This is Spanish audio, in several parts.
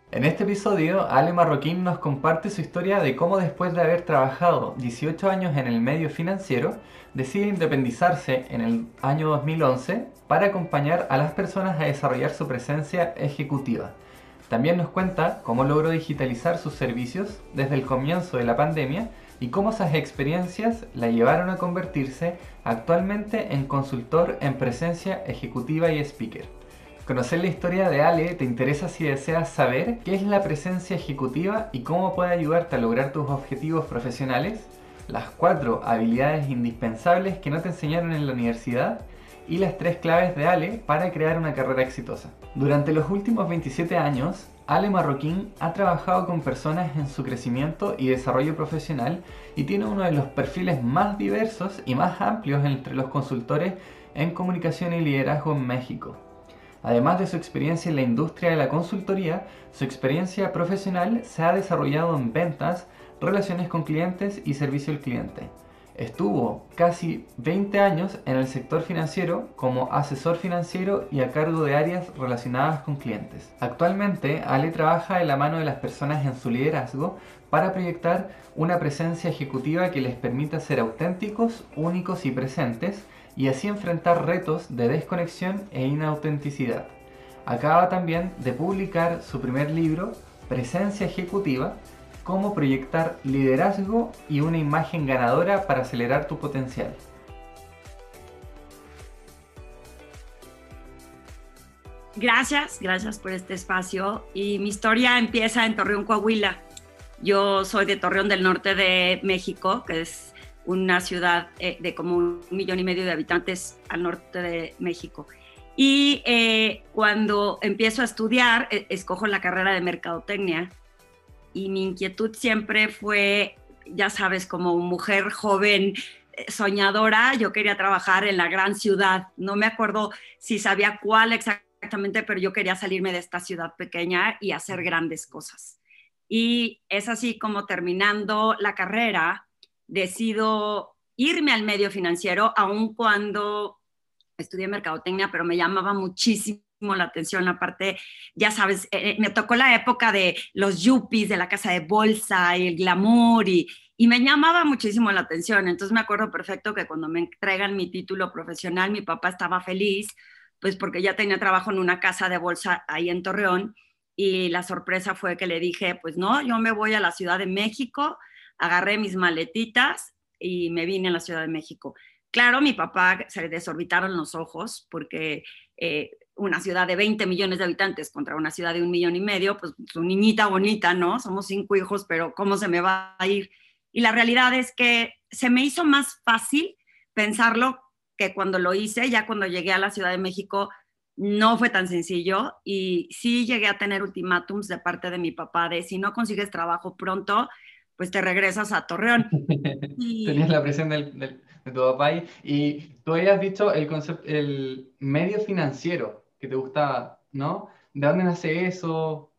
En este episodio, Ale Marroquín nos comparte su historia de cómo después de haber trabajado 18 años en el medio financiero, decide independizarse en el año 2011 para acompañar a las personas a desarrollar su presencia ejecutiva. También nos cuenta cómo logró digitalizar sus servicios desde el comienzo de la pandemia y cómo esas experiencias la llevaron a convertirse actualmente en consultor en presencia ejecutiva y speaker. Conocer la historia de Ale te interesa si deseas saber qué es la presencia ejecutiva y cómo puede ayudarte a lograr tus objetivos profesionales, las 4 habilidades indispensables que no te enseñaron en la universidad y las 3 claves de Ale para crear una carrera exitosa. Durante los últimos 27 años, Ale Marroquín ha trabajado con personas en su crecimiento y desarrollo profesional y tiene uno de los perfiles más diversos y más amplios entre los consultores en comunicación y liderazgo en México. Además de su experiencia en la industria de la consultoría, su experiencia profesional se ha desarrollado en ventas, relaciones con clientes y servicio al cliente. Estuvo casi 20 años en el sector financiero como asesor financiero y a cargo de áreas relacionadas con clientes. Actualmente, Ale trabaja de la mano de las personas en su liderazgo para proyectar una presencia ejecutiva que les permita ser auténticos, únicos y presentes y así enfrentar retos de desconexión e inautenticidad. Acaba también de publicar su primer libro, Presencia Ejecutiva, cómo proyectar liderazgo y una imagen ganadora para acelerar tu potencial. Gracias por este espacio. Y mi historia empieza en Torreón, Coahuila. Yo soy de Torreón del Norte de México, que es una ciudad de como 1,5 millones de habitantes al norte de México. Y cuando empiezo a estudiar, escojo la carrera de mercadotecnia y mi inquietud siempre fue, ya sabes, como mujer joven, soñadora, yo quería trabajar en la gran ciudad. No me acuerdo si sabía cuál exactamente, pero yo quería salirme de esta ciudad pequeña y hacer grandes cosas. Y es así como terminando la carrera, decido irme al medio financiero, aun cuando estudié mercadotecnia, pero me llamaba muchísimo la atención la parte, ya sabes, me tocó la época de los yuppies, de la casa de bolsa y el glamour y me llamaba muchísimo la atención. Entonces me acuerdo perfecto que cuando me entregan mi título profesional, mi papá estaba feliz, pues porque ya tenía trabajo en una casa de bolsa ahí en Torreón y la sorpresa fue que le dije, pues no, yo me voy a la Ciudad de México, agarré mis maletitas y me vine a la Ciudad de México. Claro, mi papá se le desorbitaron los ojos porque una ciudad de 20 millones de habitantes contra una ciudad de 1,5 millones, pues su niñita bonita, ¿no? Somos 5 hijos, pero ¿cómo se me va a ir? Y la realidad es que se me hizo más fácil pensarlo que cuando lo hice, ya cuando llegué a la Ciudad de México, no fue tan sencillo y sí llegué a tener ultimátums de parte de mi papá de si no consigues trabajo pronto, pues te regresas a Torreón. Tenías Y la presión de tu papá ahí. Y tú habías dicho el concepto, el medio financiero que te gustaba, ¿no? ¿De dónde nace eso?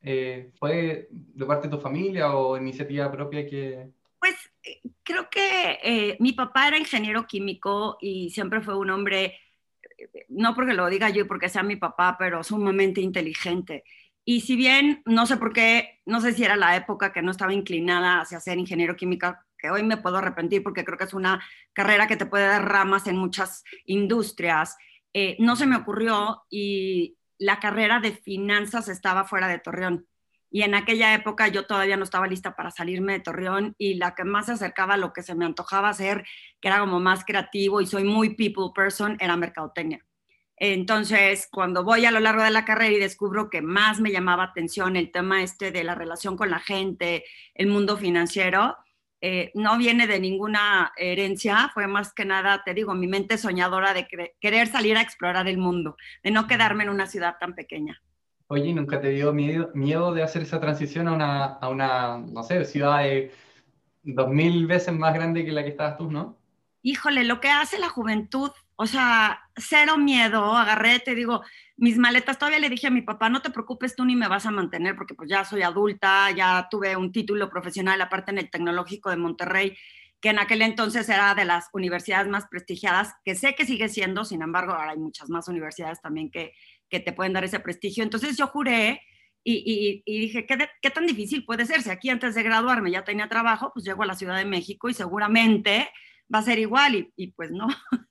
¿Fue de parte de tu familia o iniciativa propia que... pues creo que mi papá era ingeniero químico y siempre fue un hombre, no porque lo diga yo y porque sea mi papá, pero sumamente inteligente. Y si bien no sé por qué, no sé si era la época que no estaba inclinada hacia ser ingeniero químico, que hoy me puedo arrepentir porque creo que es una carrera que te puede dar ramas en muchas industrias, no se me ocurrió y la carrera de finanzas estaba fuera de Torreón. Y en aquella época yo todavía no estaba lista para salirme de Torreón y la que más se acercaba a lo que se me antojaba hacer, que era como más creativo y soy muy people person, era mercadotecnia. Entonces, cuando voy a lo largo de la carrera y descubro que más me llamaba atención el tema este de la relación con la gente, el mundo financiero, no viene de ninguna herencia, fue más que nada, te digo, mi mente soñadora de querer salir a explorar el mundo, de no quedarme en una ciudad tan pequeña. Oye, ¿nunca te dio miedo de hacer esa transición a una, no sé, ciudad de 2000 veces más grande que la que estabas tú, ¿no? Híjole, lo que hace la juventud, o sea, cero miedo, agarré, te digo, mis maletas, todavía le dije a mi papá, no te preocupes, tú ni me vas a mantener porque pues ya soy adulta, ya tuve un título profesional, aparte en el Tecnológico de Monterrey, que en aquel entonces era de las universidades más prestigiadas, que sé que sigue siendo, sin embargo, ahora hay muchas más universidades también que te pueden dar ese prestigio. Entonces yo juré Y dije, ¿qué tan difícil puede ser? Si aquí antes de graduarme ya tenía trabajo, pues llego a la Ciudad de México y seguramente va a ser igual. Y pues no,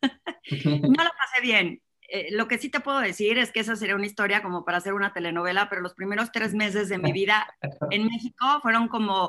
no la pasé bien. Lo que sí te puedo decir es que esa sería una historia como para hacer una telenovela, pero los primeros 3 meses de mi vida en México fueron como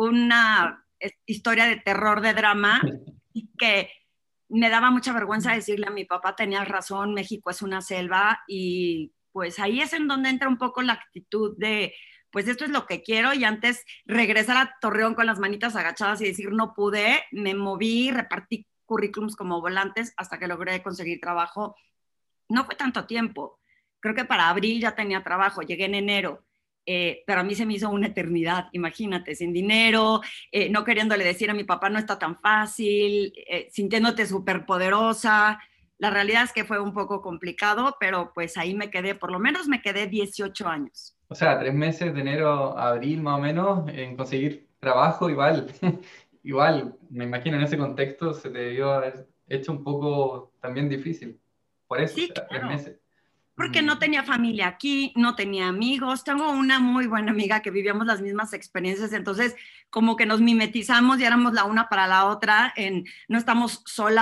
una historia de terror, de drama, y que me daba mucha vergüenza decirle a mi papá, tenías razón, México es una selva, y pues ahí es en donde entra un poco la actitud de, pues esto es lo que quiero, y antes regresar a Torreón con las manitas agachadas y decir no pude, me moví, repartí currículums como volantes hasta que logré conseguir trabajo. No fue tanto tiempo, creo que para abril ya tenía trabajo, llegué en enero. Pero a mí se me hizo una eternidad, imagínate, sin dinero, no queriéndole decir a mi papá no está tan fácil, sintiéndote súper poderosa. La realidad es que fue un poco complicado, pero pues ahí me quedé, por lo menos me quedé 18 años. O sea, 3 meses de enero a abril más o menos en conseguir trabajo, igual, igual, me imagino en ese contexto se te debió haber hecho un poco también difícil. Por eso, o Sí, sea, tres claro, meses. porque Mm, no tenía familia aquí, no tenía amigos. Tengo una muy buena amiga que vivíamos las mismas experiencias, entonces como que nos mimetizamos y éramos la una para la otra, no estamos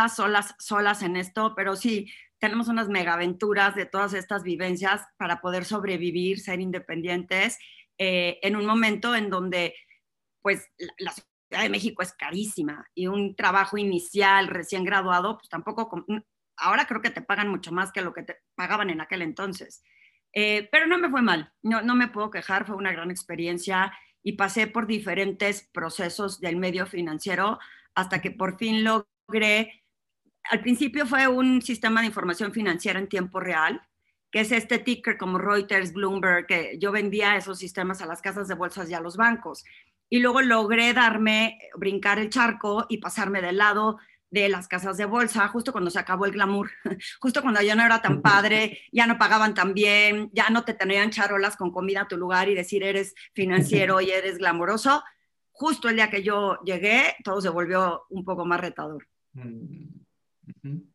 solas en esto, pero sí, tenemos unas mega aventuras de todas estas vivencias para poder sobrevivir, ser independientes, en un momento en donde pues la Ciudad de México es carísima y un trabajo inicial recién graduado, pues tampoco, ahora creo que te pagan mucho más que lo que te pagaban en aquel entonces. Pero no me fue mal, no me puedo quejar, fue una gran experiencia y pasé por diferentes procesos del medio financiero hasta que por fin logré, al principio fue un sistema de información financiera en tiempo real, que es este ticker como Reuters, Bloomberg, que yo vendía esos sistemas a las casas de bolsas y a los bancos. Y luego logré brincar el charco y pasarme del lado de las casas de bolsa, justo cuando se acabó el glamour, justo cuando ya no era tan padre, ya no pagaban tan bien, ya no te tenían charolas con comida a tu lugar y decir eres financiero y eres glamoroso. Justo el día que yo llegué, todo se volvió un poco más retador. mm, ujú.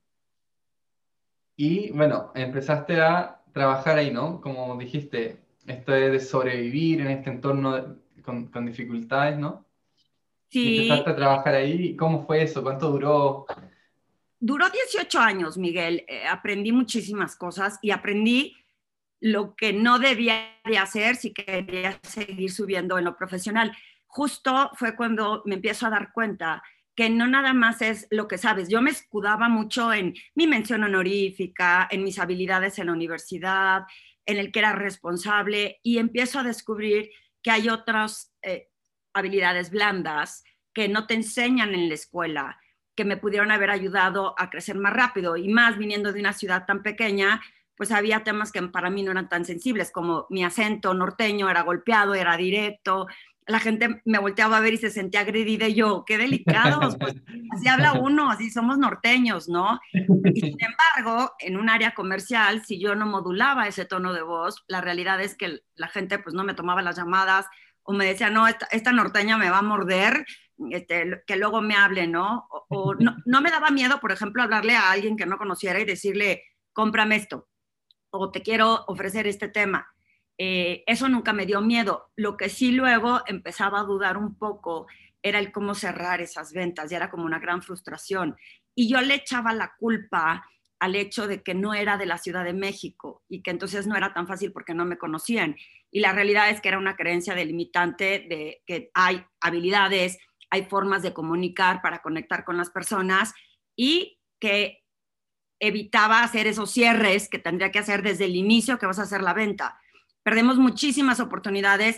Y bueno, empezaste a trabajar ahí, ¿no? Como dijiste, esto es de sobrevivir en este entorno con dificultades, ¿no? Y Sí, empezaste a trabajar ahí. ¿Cómo fue eso? ¿Cuánto duró? duró 18 años, Miguel. Aprendí muchísimas cosas y aprendí lo que no debía de hacer si quería seguir subiendo en lo profesional. Justo fue cuando me empiezo a dar cuenta que no nada más es lo que sabes. Yo me escudaba mucho en mi mención honorífica, en mis habilidades en la universidad, en el que era responsable, y empiezo a descubrir que hay otras habilidades blandas que no te enseñan en la escuela, que me pudieron haber ayudado a crecer más rápido, y más viniendo de una ciudad tan pequeña, pues había temas que para mí no eran tan sensibles, como mi acento norteño era golpeado, era directo, la gente me volteaba a ver y se sentía agredida, y yo, qué delicados, pues así habla uno, así somos norteños, ¿no? Y sin embargo, en un área comercial, si yo no modulaba ese tono de voz, la realidad es que la gente pues no me tomaba las llamadas o me decía, no, esta norteña me va a morder, que luego me hable, ¿no? O no me daba miedo, por ejemplo, hablarle a alguien que no conociera y decirle, cómprame esto, o te quiero ofrecer este tema. Eso nunca me dio miedo. Lo que sí luego empezaba a dudar un poco era el cómo cerrar esas ventas, y era como una gran frustración. Y yo le echaba la culpa al hecho de que no era de la Ciudad de México y que entonces no era tan fácil porque no me conocían. Y la realidad es que era una creencia delimitante de que hay habilidades, hay formas de comunicar para conectar con las personas, y que evitaba hacer esos cierres que tendría que hacer desde el inicio que vas a hacer la venta. Perdemos muchísimas oportunidades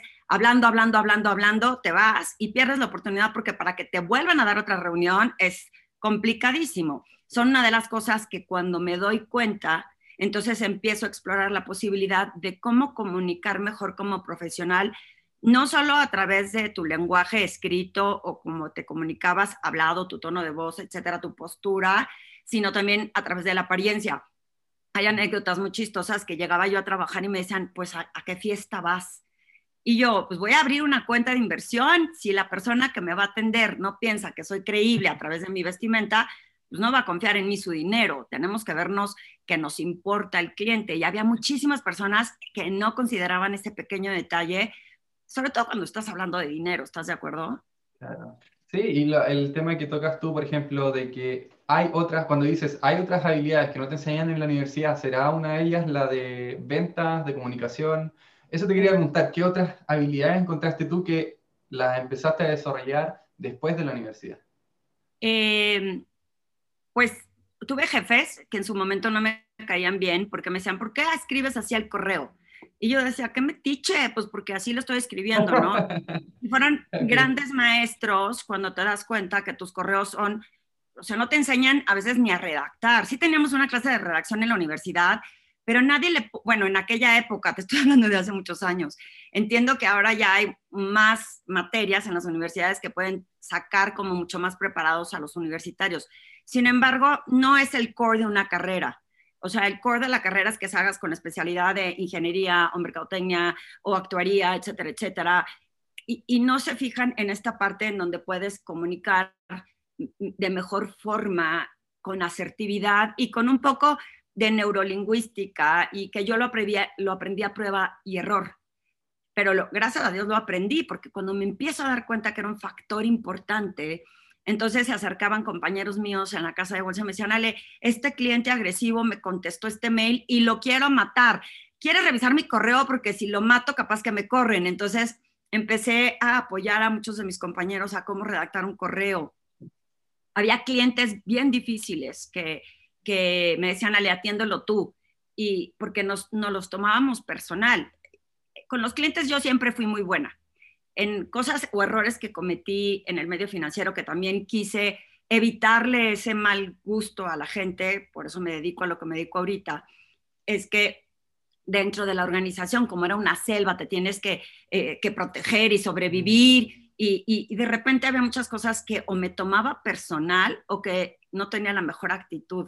hablando, te vas y pierdes la oportunidad porque para que te vuelvan a dar otra reunión es complicadísimo. Son una de las cosas que cuando me doy cuenta, entonces empiezo a explorar la posibilidad de cómo comunicar mejor como profesional, no solo a través de tu lenguaje escrito o como te comunicabas hablado, tu tono de voz, etcétera, tu postura, sino también a través de la apariencia. Hay anécdotas muy chistosas que llegaba yo a trabajar y me decían, pues, ¿a qué fiesta vas? Y yo, pues voy a abrir una cuenta de inversión. Si la persona que me va a atender no piensa que soy creíble a través de mi vestimenta, pues no va a confiar en mí su dinero, tenemos que vernos que nos importa el cliente. Y había muchísimas personas que no consideraban ese pequeño detalle, sobre todo cuando estás hablando de dinero, ¿estás de acuerdo? Claro. Sí, y el tema que tocas tú, por ejemplo, de que hay otras, cuando dices hay otras habilidades que no te enseñan en la universidad, ¿será una de ellas la de ventas, de comunicación? Eso te quería preguntar, ¿qué otras habilidades encontraste tú que las empezaste a desarrollar después de la universidad? Eh, pues tuve jefes que en su momento no me caían bien porque me decían, ¿por qué escribes así el correo? Y yo decía, ¿qué metiche? Pues porque así lo estoy escribiendo, ¿no? Y fueron Ok. grandes maestros cuando te das cuenta que tus correos son, o sea, no te enseñan a veces ni a redactar. Sí teníamos una clase de redacción en la universidad, pero nadie le, bueno, en aquella época, te estoy hablando de hace muchos años, entiendo que ahora ya hay más materias en las universidades que pueden sacar como mucho más preparados a los universitarios. Sin embargo, no es el core de una carrera. O sea, el core de la carrera es que se hagas con especialidad de ingeniería o mercadotecnia o actuaría, etcétera, etcétera. Y no se fijan en esta parte en donde puedes comunicar de mejor forma, con asertividad y con un poco de neurolingüística y que yo lo aprendí a prueba y error. Pero gracias a Dios lo aprendí porque cuando me empiezo a dar cuenta que era un factor importante, entonces se acercaban compañeros míos en la casa de bolsa y me decían, Ale, este cliente agresivo me contestó este mail y lo quiero matar. ¿Quieres revisar mi correo? Porque si lo mato, capaz que me corren. Entonces empecé a apoyar a muchos de mis compañeros a cómo redactar un correo. Había clientes bien difíciles que me decían, Ale, atiéndolo tú. Y porque nos los tomábamos personal. Con los clientes yo siempre fui muy buena. En cosas o errores que cometí en el medio financiero, que también quise evitarle ese mal gusto a la gente, por eso me dedico a lo que me dedico ahorita, es que dentro de la organización, como era una selva, te tienes que proteger y sobrevivir, y de repente había muchas cosas que o me tomaba personal o que no tenía la mejor actitud.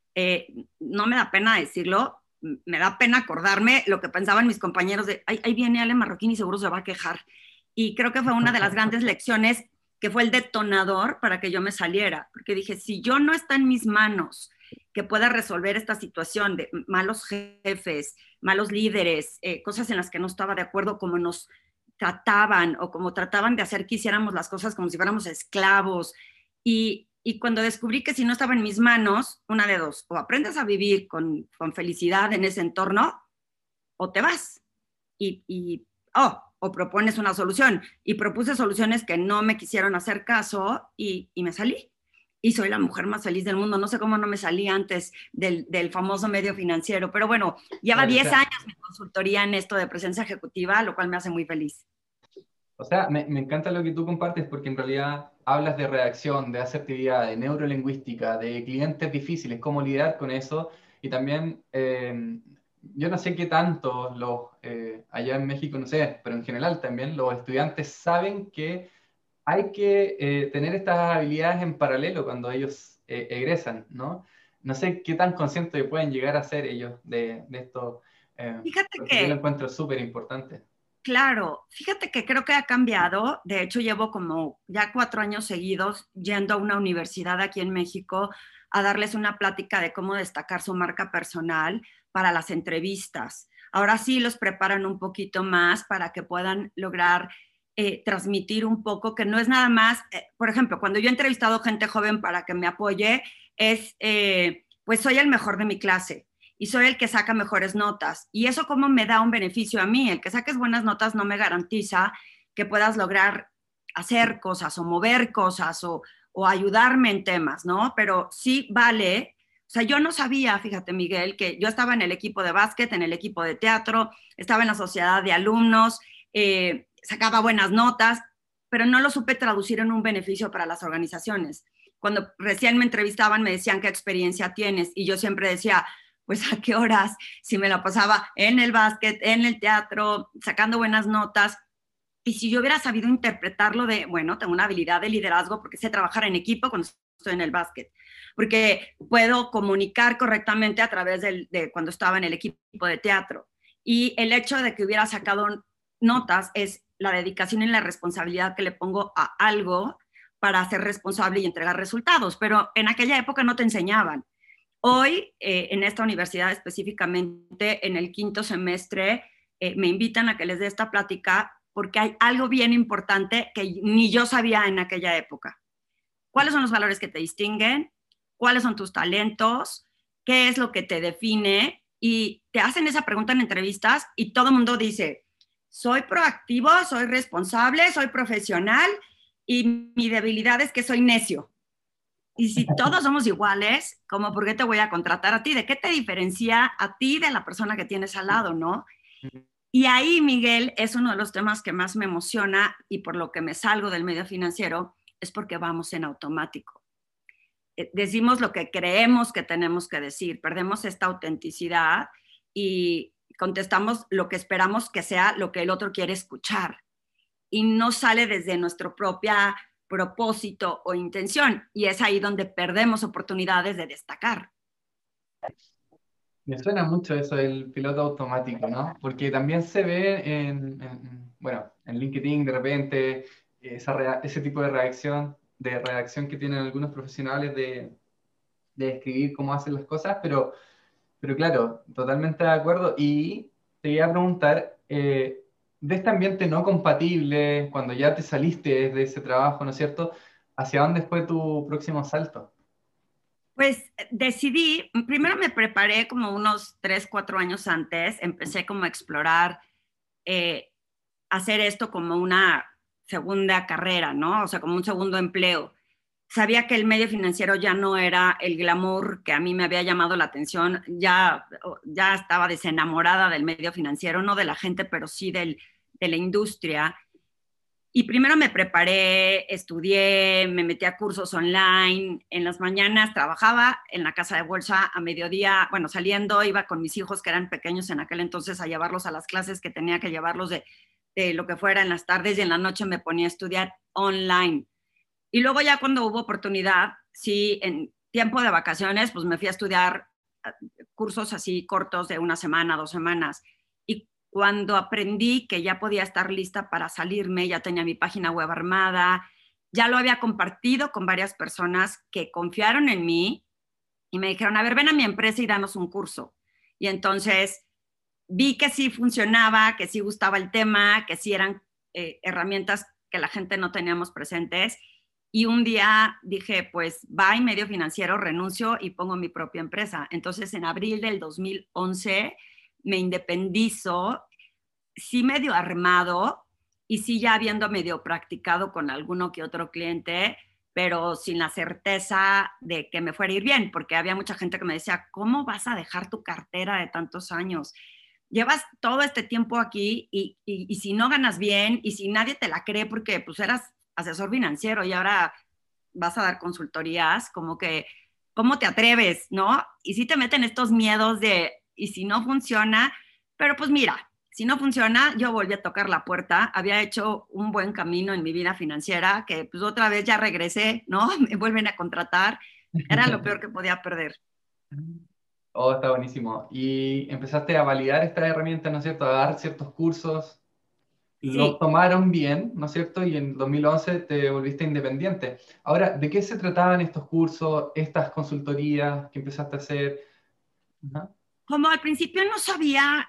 No me da pena decirlo, me da pena acordarme lo que pensaban mis compañeros de, ahí viene Ale Marroquín y seguro se va a quejar. Y creo que fue una de las grandes lecciones que fue el detonador para que yo me saliera, porque dije, si yo no está en mis manos que pueda resolver esta situación de malos jefes, malos líderes, cosas en las que no estaba de acuerdo, como nos trataban o como trataban de hacer que hiciéramos las cosas como si fuéramos esclavos. Y cuando descubrí que si no estaba en mis manos, una de dos, o aprendes a vivir con felicidad en ese entorno, o te vas. O propones una solución. Y propuse soluciones que no me quisieron hacer caso y me salí. Y soy la mujer más feliz del mundo. No sé cómo no me salí antes del famoso medio financiero, pero bueno, lleva Claro, 10 años mi consultoría en esto de presencia ejecutiva, lo cual me hace muy feliz. o sea, me encanta lo que tú compartes porque en realidad hablas de redacción, de asertividad, de neurolingüística, de clientes difíciles, cómo lidiar con eso. Y también, yo no sé qué tanto allá en México, no sé, pero en general también los estudiantes saben que hay que tener estas habilidades en paralelo cuando ellos egresan, ¿no? No sé qué tan conscientes pueden llegar a ser ellos de esto, Fíjate porque yo lo que encuentro súper importante. Claro, fíjate que creo que ha cambiado. De hecho, llevo como ya 4 años seguidos yendo a una universidad aquí en México a darles una plática de cómo destacar su marca personal para las entrevistas. Ahora sí los preparan un poquito más para que puedan lograr transmitir un poco, que no es nada más, por ejemplo, cuando yo he entrevistado gente joven para que me apoye, pues soy el mejor de mi clase y soy el que saca mejores notas. Y eso como me da un beneficio a mí. El que saques buenas notas no me garantiza que puedas lograr hacer cosas o mover cosas o ayudarme en temas, ¿no? Pero sí vale. O sea, yo no sabía, fíjate, Miguel, que yo estaba en el equipo de básquet, en el equipo de teatro, estaba en la sociedad de alumnos, sacaba buenas notas, pero no lo supe traducir en un beneficio para las organizaciones. Cuando recién me entrevistaban me decían qué experiencia tienes y yo siempre decía, pues a qué horas, si me la pasaba en el básquet, en el teatro, sacando buenas notas. Y si yo hubiera sabido interpretarlo de, bueno, tengo una habilidad de liderazgo porque sé trabajar en equipo cuando estoy en el básquet, porque puedo comunicar correctamente a través de cuando estaba en el equipo de teatro. Y el hecho de que hubiera sacado notas es la dedicación y la responsabilidad que le pongo a algo para ser responsable y entregar resultados, pero en aquella época no te enseñaban. Hoy, en esta universidad específicamente, en el quinto semestre, me invitan a que les dé esta plática porque hay algo bien importante que ni yo sabía en aquella época. ¿Cuáles son los valores que te distinguen? ¿Cuáles son tus talentos? ¿Qué es lo que te define? Y te hacen esa pregunta en entrevistas y todo el mundo dice, soy proactivo, soy responsable, soy profesional y mi debilidad es que soy necio. Y si todos somos iguales, ¿cómo por qué te voy a contratar a ti? ¿De qué te diferencia a ti de la persona que tienes al lado, no? Y ahí, Miguel, es uno de los temas que más me emociona y por lo que me salgo del medio financiero, es porque vamos en automático. Decimos lo que creemos que tenemos que decir, perdemos esta autenticidad y contestamos lo que esperamos que sea lo que el otro quiere escuchar. Y no sale desde nuestro propio propósito o intención. Y es ahí donde perdemos oportunidades de destacar. Me suena mucho eso del piloto automático, ¿no? Porque también se ve bueno, en LinkedIn de repente ese tipo de reacción que tienen algunos profesionales de escribir cómo hacen las cosas, pero claro, totalmente de acuerdo. Y te iba a preguntar, de este ambiente no compatible, cuando ya te saliste de ese trabajo, ¿no es cierto? ¿Hacia dónde fue tu próximo salto? Pues decidí, primero me preparé como unos 3, 4 años antes, empecé como a explorar, eh, hacer esto como una segunda carrera, ¿no? O sea, como un segundo empleo. Sabía que el medio financiero ya no era el glamour que a mí me había llamado la atención, ya estaba desenamorada del medio financiero, no de la gente, pero sí de la industria. Y primero me preparé, estudié, me metí a cursos online. En las mañanas trabajaba en la casa de bolsa, a mediodía, bueno, saliendo, iba con mis hijos que eran pequeños en aquel entonces a llevarlos a las clases que tenía que llevarlos de lo que fuera en las tardes y en la noche me ponía a estudiar online. Y luego ya cuando hubo oportunidad, sí, en tiempo de vacaciones, pues me fui a estudiar cursos así cortos de una semana, 2 semanas. Y cuando aprendí que ya podía estar lista para salirme, ya tenía mi página web armada, ya lo había compartido con varias personas que confiaron en mí y me dijeron, a ver, ven a mi empresa y danos un curso. Y entonces vi que sí funcionaba, que sí gustaba el tema, que sí eran herramientas que la gente no teníamos presentes. Y un día dije, pues va y medio financiero, renuncio y pongo mi propia empresa. Entonces en abril del 2011 me independizo, sí medio armado y sí ya habiendo medio practicado con alguno que otro cliente, pero sin la certeza de que me fuera a ir bien, porque había mucha gente que me decía, ¿cómo vas a dejar tu cartera de tantos años? Llevas todo este tiempo aquí y si no ganas bien y si nadie te la cree porque pues eras asesor financiero y ahora vas a dar consultorías, como que, ¿cómo te atreves, no? Y si te meten estos miedos de, y si no funciona, pero pues mira, si no funciona, yo volví a tocar la puerta, había hecho un buen camino en mi vida financiera, que pues otra vez ya regresé, ¿no? Me vuelven a contratar, era lo peor que podía perder. Oh, está buenísimo. Y empezaste a validar estas herramientas, ¿no es cierto? A dar ciertos cursos, los Sí, tomaron bien, ¿no es cierto? Y en 2011 te volviste independiente. Ahora, ¿de qué se trataban estos cursos, estas consultorías que empezaste a hacer? Ajá. como al principio no sabía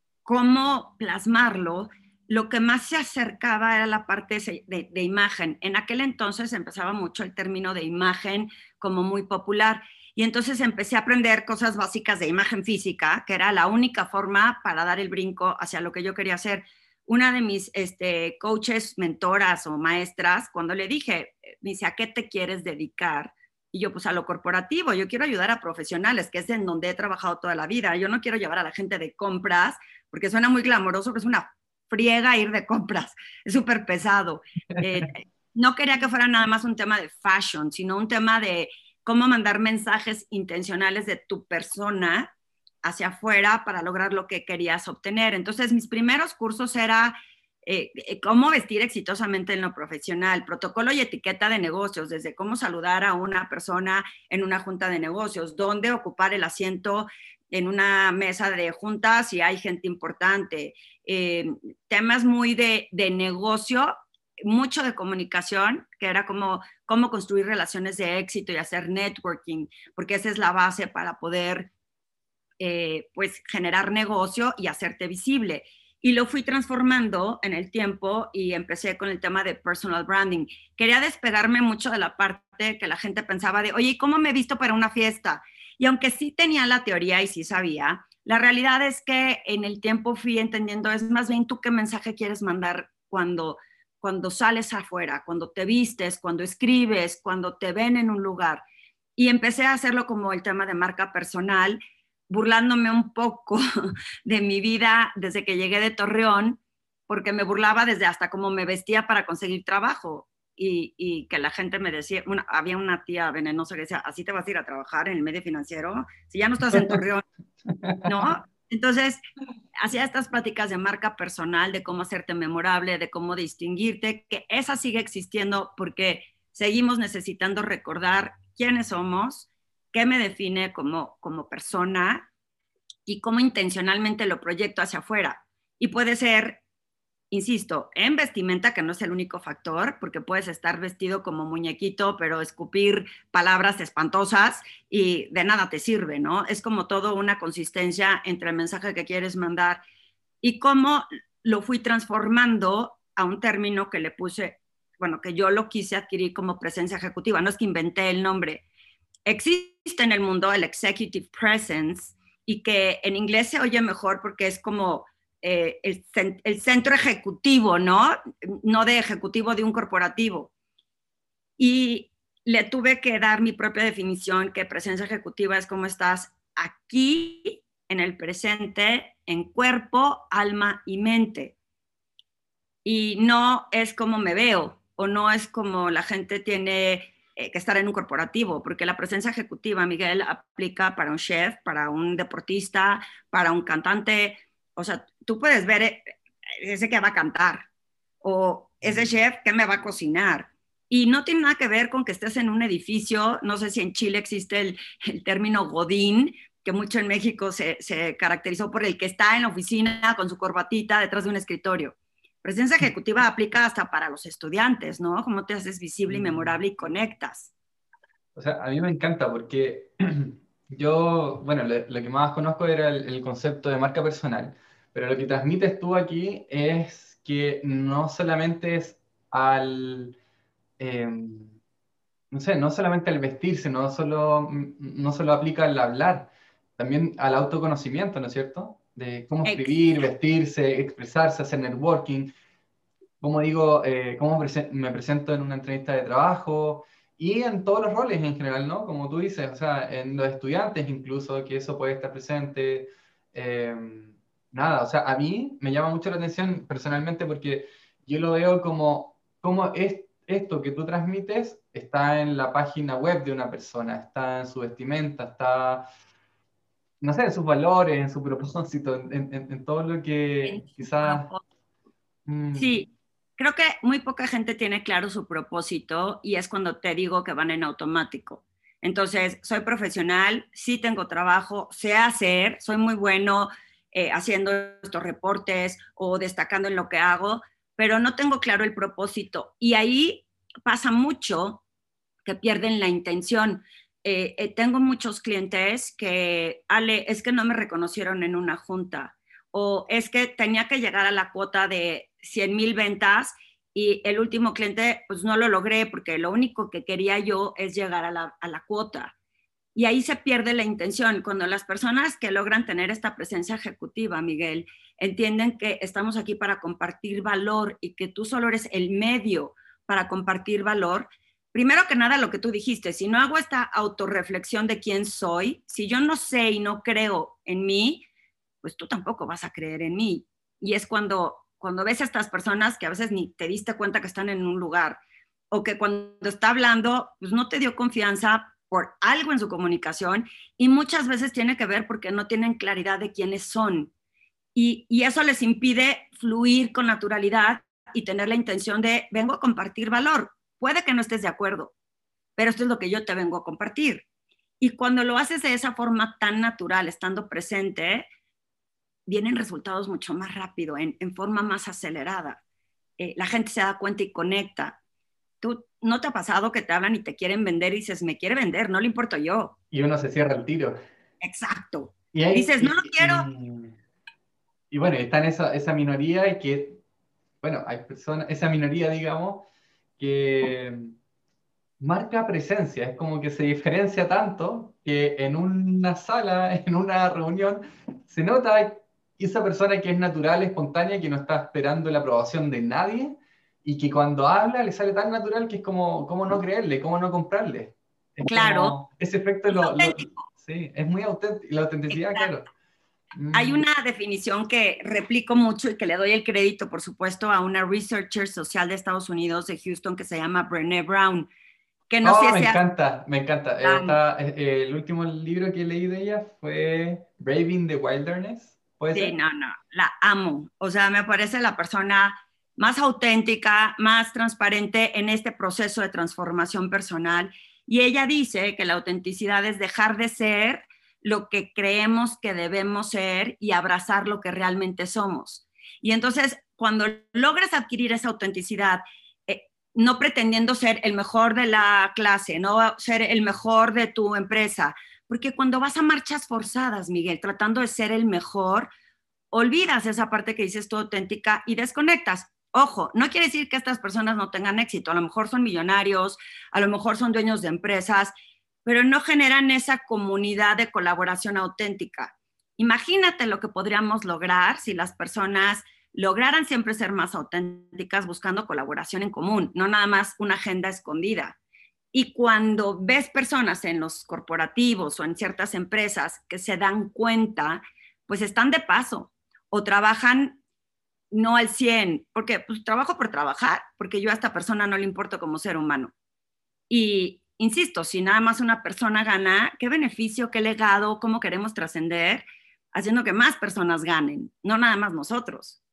cómo plasmarlo, lo que más se acercaba era la parte de imagen. En aquel entonces empezaba mucho el término de imagen como muy popular. Y entonces empecé a aprender cosas básicas de imagen física, que era la única forma para dar el brinco hacia lo que yo quería hacer. Una de mis coaches, mentoras o maestras, cuando le dije, me dice, ¿a qué te quieres dedicar? Y yo, pues a lo corporativo, yo quiero ayudar a profesionales, que es en donde he trabajado toda la vida. Yo no quiero llevar a la gente de compras, porque suena muy glamoroso, pero es una friega ir de compras, es súper pesado. Eh, no quería que fuera nada más un tema de fashion, sino un tema de cómo mandar mensajes intencionales de tu persona hacia afuera para lograr lo que querías obtener. Entonces, mis primeros cursos era cómo vestir exitosamente en lo profesional, protocolo y etiqueta de negocios, desde cómo saludar a una persona en una junta de negocios, dónde ocupar el asiento en una mesa de juntas si hay gente importante, temas muy de negocio mucho de comunicación, que era como cómo construir relaciones de éxito y hacer networking, porque esa es la base para poder pues generar negocio y hacerte visible. Y lo fui transformando en el tiempo y empecé con el tema de personal branding. Quería despegarme mucho de la parte que la gente pensaba de, oye, ¿cómo me he visto para una fiesta? Y aunque sí tenía la teoría y sí sabía, la realidad es que en el tiempo fui entendiendo, es más bien tú qué mensaje quieres mandar cuando sales afuera, cuando te vistes, cuando escribes, cuando te ven en un lugar. Y empecé a hacerlo como el tema de marca personal, burlándome un poco de mi vida desde que llegué de Torreón, porque me burlaba desde hasta cómo me vestía para conseguir trabajo. Y que la gente me decía, había una tía venenosa que decía, así te vas a ir a trabajar en el medio financiero, si ya no estás en Torreón, ¿no? Entonces, hacía estas pláticas de marca personal, de cómo hacerte memorable, de cómo distinguirte, que esa sigue existiendo porque seguimos necesitando recordar quiénes somos, qué me define como persona y cómo intencionalmente lo proyecto hacia afuera. Y puede ser, insisto, en vestimenta, que no es el único factor, porque puedes estar vestido como muñequito, pero escupir palabras espantosas y de nada te sirve, ¿no? Es como todo una consistencia entre el mensaje que quieres mandar y cómo lo fui transformando a un término que le puse, bueno, que yo lo quise adquirir como presencia ejecutiva, no es que inventé el nombre. Existe en el mundo el executive presence y que en inglés se oye mejor porque es como el centro ejecutivo, ¿no? No de ejecutivo de un corporativo. Y le tuve que dar mi propia definición, que presencia ejecutiva es cómo estás aquí, en el presente, en cuerpo, alma y mente. Y no es como me veo, o no es como la gente tiene que estar en un corporativo, porque la presencia ejecutiva, Miguel, aplica para un chef, para un deportista, para un cantante. O sea, tú puedes ver ese que va a cantar o ese chef que me va a cocinar. Y no tiene nada que ver con que estés en un edificio. No sé si en Chile existe el término godín, que mucho en México se caracterizó por el que está en la oficina con su corbatita detrás de un escritorio. Presencia ejecutiva aplica hasta para los estudiantes, ¿no? Cómo te haces visible y memorable y conectas. O sea, a mí me encanta porque yo, bueno, lo que más conozco era el concepto de marca personal, pero lo que transmites tú aquí es que no solamente es al, no sé, no solamente al vestirse, no solo aplica al hablar, también al autoconocimiento, ¿no es cierto? De cómo escribir, vestirse, expresarse, hacer networking, cómo digo, me presento en una entrevista de trabajo y en todos los roles en general, ¿no? Como tú dices, o sea, en los estudiantes incluso, que eso puede estar presente. eh, Nada, o sea, a mí me llama mucho la atención personalmente porque yo lo veo como es, esto que tú transmites está en la página web de una persona, está en su vestimenta, está, no sé, en sus valores, en su propósito, en todo lo que quizás... mm, Sí, creo que muy poca gente tiene claro su propósito y es cuando te digo que van en automático. Entonces, soy profesional, sí tengo trabajo, sé hacer, soy muy bueno haciendo estos reportes o destacando en lo que hago, pero no tengo claro el propósito. Y ahí pasa mucho que pierden la intención. Tengo muchos clientes que, Ale, es que no me reconocieron en una junta o es que tenía que llegar a la cuota de 100,000 ventas y el último cliente pues no lo logré porque lo único que quería yo es llegar a la cuota. Y ahí se pierde la intención. Cuando las personas que logran tener esta presencia ejecutiva, Miguel, entienden que estamos aquí para compartir valor y que tú solo eres el medio para compartir valor, primero que nada lo que tú dijiste, si no hago esta autorreflexión de quién soy, si yo no sé y no creo en mí, pues tú tampoco vas a creer en mí. Y es cuando ves a estas personas que a veces ni te diste cuenta que están en un lugar o que cuando está hablando, pues no te dio confianza por algo en su comunicación y muchas veces tiene que ver porque no tienen claridad de quiénes son. Y eso les impide fluir con naturalidad y tener la intención de vengo a compartir valor. Puede que no estés de acuerdo, pero esto es lo que yo te vengo a compartir. Y cuando lo haces de esa forma tan natural, estando presente, vienen resultados mucho más rápido, en forma más acelerada. la gente se da cuenta y conecta. ¿Tú no te ha pasado que te hablan y te quieren vender y dices, me quiere vender, no le importo yo? Y uno se cierra el tiro. Exacto. Y, hay, Dices, no lo quiero. y bueno, está en esa minoría y que, bueno, hay personas, esa minoría, digamos, que marca presencia, es como que se diferencia tanto que en una sala, en una reunión, se nota esa persona que es natural, espontánea, que no está esperando la aprobación de nadie y que cuando habla le sale tan natural que es como, ¿cómo no creerle? ¿Cómo no comprarle? Es Claro, como, ese efecto es auténtico. sí, es muy auténtico, la autenticidad, Exacto. claro. Hay Mm. una definición que replico mucho y que le doy el crédito, por supuesto, a una researcher social de Estados Unidos, de Houston, que se llama Brené Brown, que no Oh, sé me si encanta, me encanta. amo. El último libro que leí de ella fue Braving the Wilderness, ¿puede Sí, ser? no, no, la amo. O sea, me parece la persona más auténtica, más transparente en este proceso de transformación personal. Y ella dice que la autenticidad es dejar de ser lo que creemos que debemos ser y abrazar lo que realmente somos. Y entonces, cuando logras adquirir esa autenticidad, no pretendiendo ser el mejor de la clase, no ser el mejor de tu empresa, porque cuando vas a marchas forzadas, Miguel, tratando de ser el mejor, olvidas esa parte que dices tú auténtica y desconectas. Ojo, no quiere decir que estas personas no tengan éxito, a lo mejor son millonarios, a lo mejor son dueños de empresas, pero no generan esa comunidad de colaboración auténtica. Imagínate lo que podríamos lograr si las personas lograran siempre ser más auténticas buscando colaboración en común, no nada más una agenda escondida. Y cuando ves personas en los corporativos o en ciertas empresas que se dan cuenta, pues están de paso o trabajan no al 100, porque pues trabajo por trabajar, porque yo a esta persona no le importo como ser humano. Y insisto, si nada más una persona gana, ¿qué beneficio, qué legado, cómo queremos trascender haciendo que más personas ganen, no nada más nosotros?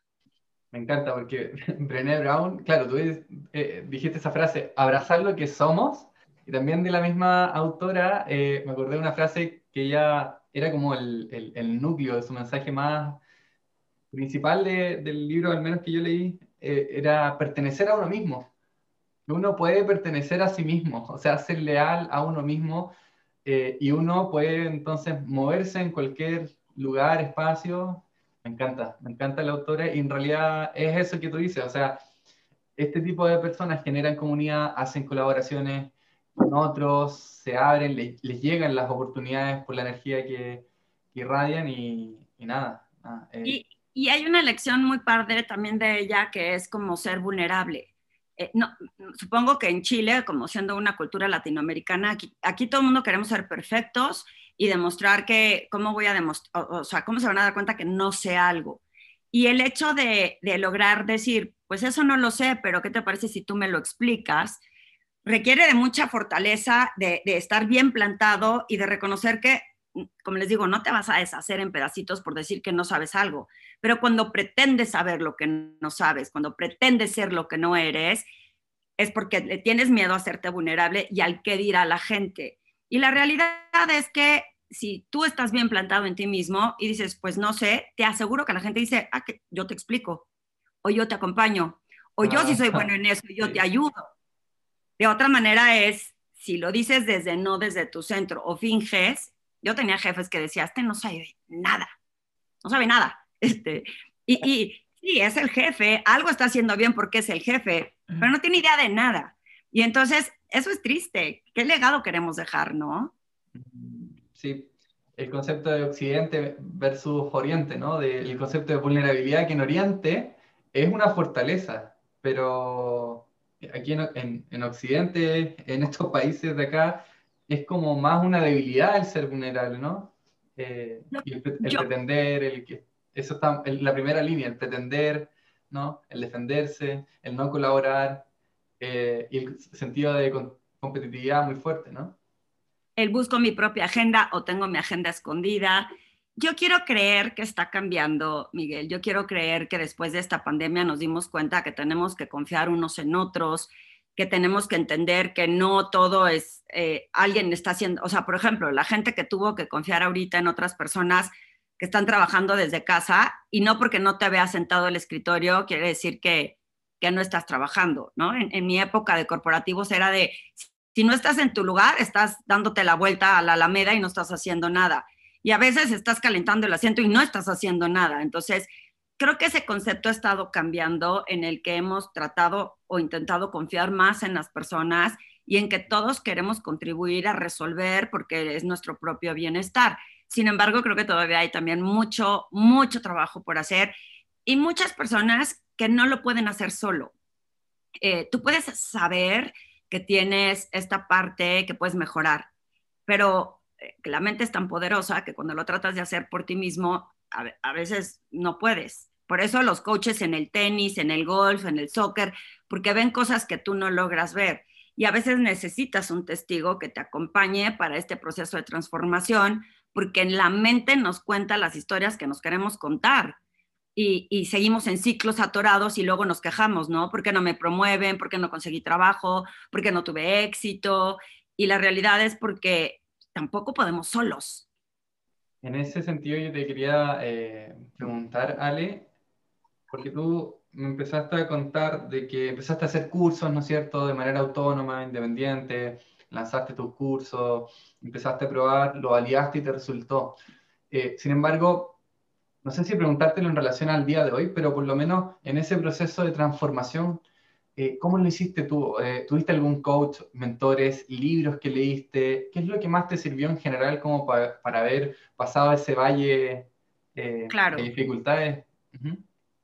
Me encanta porque Brené Brown, claro, tú dijiste esa frase, abrazar lo que somos, y también de la misma autora, me acordé de una frase que ella era como el núcleo de su mensaje más principal del libro, al menos que yo leí, era pertenecer a uno mismo. Uno puede pertenecer a sí mismo, o sea, ser leal a uno mismo, y uno puede entonces moverse en cualquier lugar, espacio. Me encanta la autora y en realidad es eso que tú dices, o sea, este tipo de personas generan comunidad, hacen colaboraciones con otros, se abren, les llegan las oportunidades por la energía que irradian y nada. Nada, Y hay una lección muy padre también de ella que es como ser vulnerable. No, supongo que en Chile, como siendo una cultura latinoamericana, aquí todo el mundo queremos ser perfectos y demostrar que, ¿cómo voy a demostrar? O sea, ¿cómo se van a dar cuenta que no sé algo? Y el hecho de lograr decir, pues eso no lo sé, pero ¿qué te parece si tú me lo explicas? Requiere de mucha fortaleza, de estar bien plantado y de reconocer que, como les digo, no te vas a deshacer en pedacitos por decir que no sabes algo, pero cuando pretendes saber lo que no sabes, cuando pretendes ser lo que no eres, es porque le tienes miedo a hacerte vulnerable y al qué dirá la gente. Y la realidad es que si tú estás bien plantado en ti mismo y dices, pues no sé, te aseguro que la gente dice, ah, que yo te explico, o yo te acompaño, o yo sí soy bueno en eso y yo te sí. ayudo. De otra manera es, si lo dices desde no desde tu centro o finges, yo tenía jefes que decían, este no sabe nada, no sabe nada. Y sí, es el jefe, algo está haciendo bien porque es el jefe, pero no tiene idea de nada. Y entonces, eso es triste. ¿Qué legado queremos dejar, no? Sí, el concepto de Occidente versus Oriente, ¿no? El concepto de vulnerabilidad que en Oriente es una fortaleza, pero aquí en Occidente, en estos países de acá, es como más una debilidad el ser vulnerable, ¿no? Y el Yo, pretender, eso está en la primera línea, el pretender, ¿no? El defenderse, el no colaborar, y el sentido de competitividad muy fuerte, ¿no? el busco mi propia agenda o tengo mi agenda escondida. Yo quiero creer que está cambiando, Miguel. Yo quiero creer que después de esta pandemia nos dimos cuenta que tenemos que confiar unos en otros, que tenemos que entender que no todo es, alguien está haciendo, o sea, por ejemplo, la gente que tuvo que confiar ahorita en otras personas que están trabajando desde casa y no porque no te veas sentado al escritorio quiere decir que que no estás trabajando, ¿no? En mi época de corporativos era de, si no estás en tu lugar, estás dándote la vuelta a la Alameda y no estás haciendo nada. Y a veces estás calentando el asiento y no estás haciendo nada. Entonces, creo que ese concepto ha estado cambiando, en el que hemos tratado o intentado confiar más en las personas y en que todos queremos contribuir a resolver porque es nuestro propio bienestar. Sin embargo, creo que todavía hay también mucho, mucho trabajo por hacer y muchas personas que no lo pueden hacer solo. Tú puedes saber que tienes esta parte que puedes mejorar, pero la mente es tan poderosa que cuando lo tratas de hacer por ti mismo, a veces no puedes. Por eso los coaches en el tenis, en el golf, en el soccer, porque ven cosas que tú no logras ver. Y a veces necesitas un testigo que te acompañe para este proceso de transformación, porque en la mente nos cuenta las historias que nos queremos contar. Y seguimos en ciclos atorados y luego nos quejamos, ¿no? ¿Por qué no me promueven? ¿Por qué no conseguí trabajo? ¿Por qué no tuve éxito? Y la realidad es porque tampoco podemos solos. En ese sentido yo te quería preguntar, Ale, porque tú me empezaste a contar de que empezaste a hacer cursos, ¿no es cierto?, de manera autónoma, independiente, lanzaste tus cursos, empezaste a probar, lo validaste y te resultó. Sin embargo, no sé si preguntártelo en relación al día de hoy, pero por lo menos en ese proceso de transformación, ¿cómo lo hiciste tú? ¿Tuviste algún coach, mentores, libros que leíste? ¿Qué es lo que más te sirvió en general como para haber pasado ese valle de Claro, dificultades? Ujú.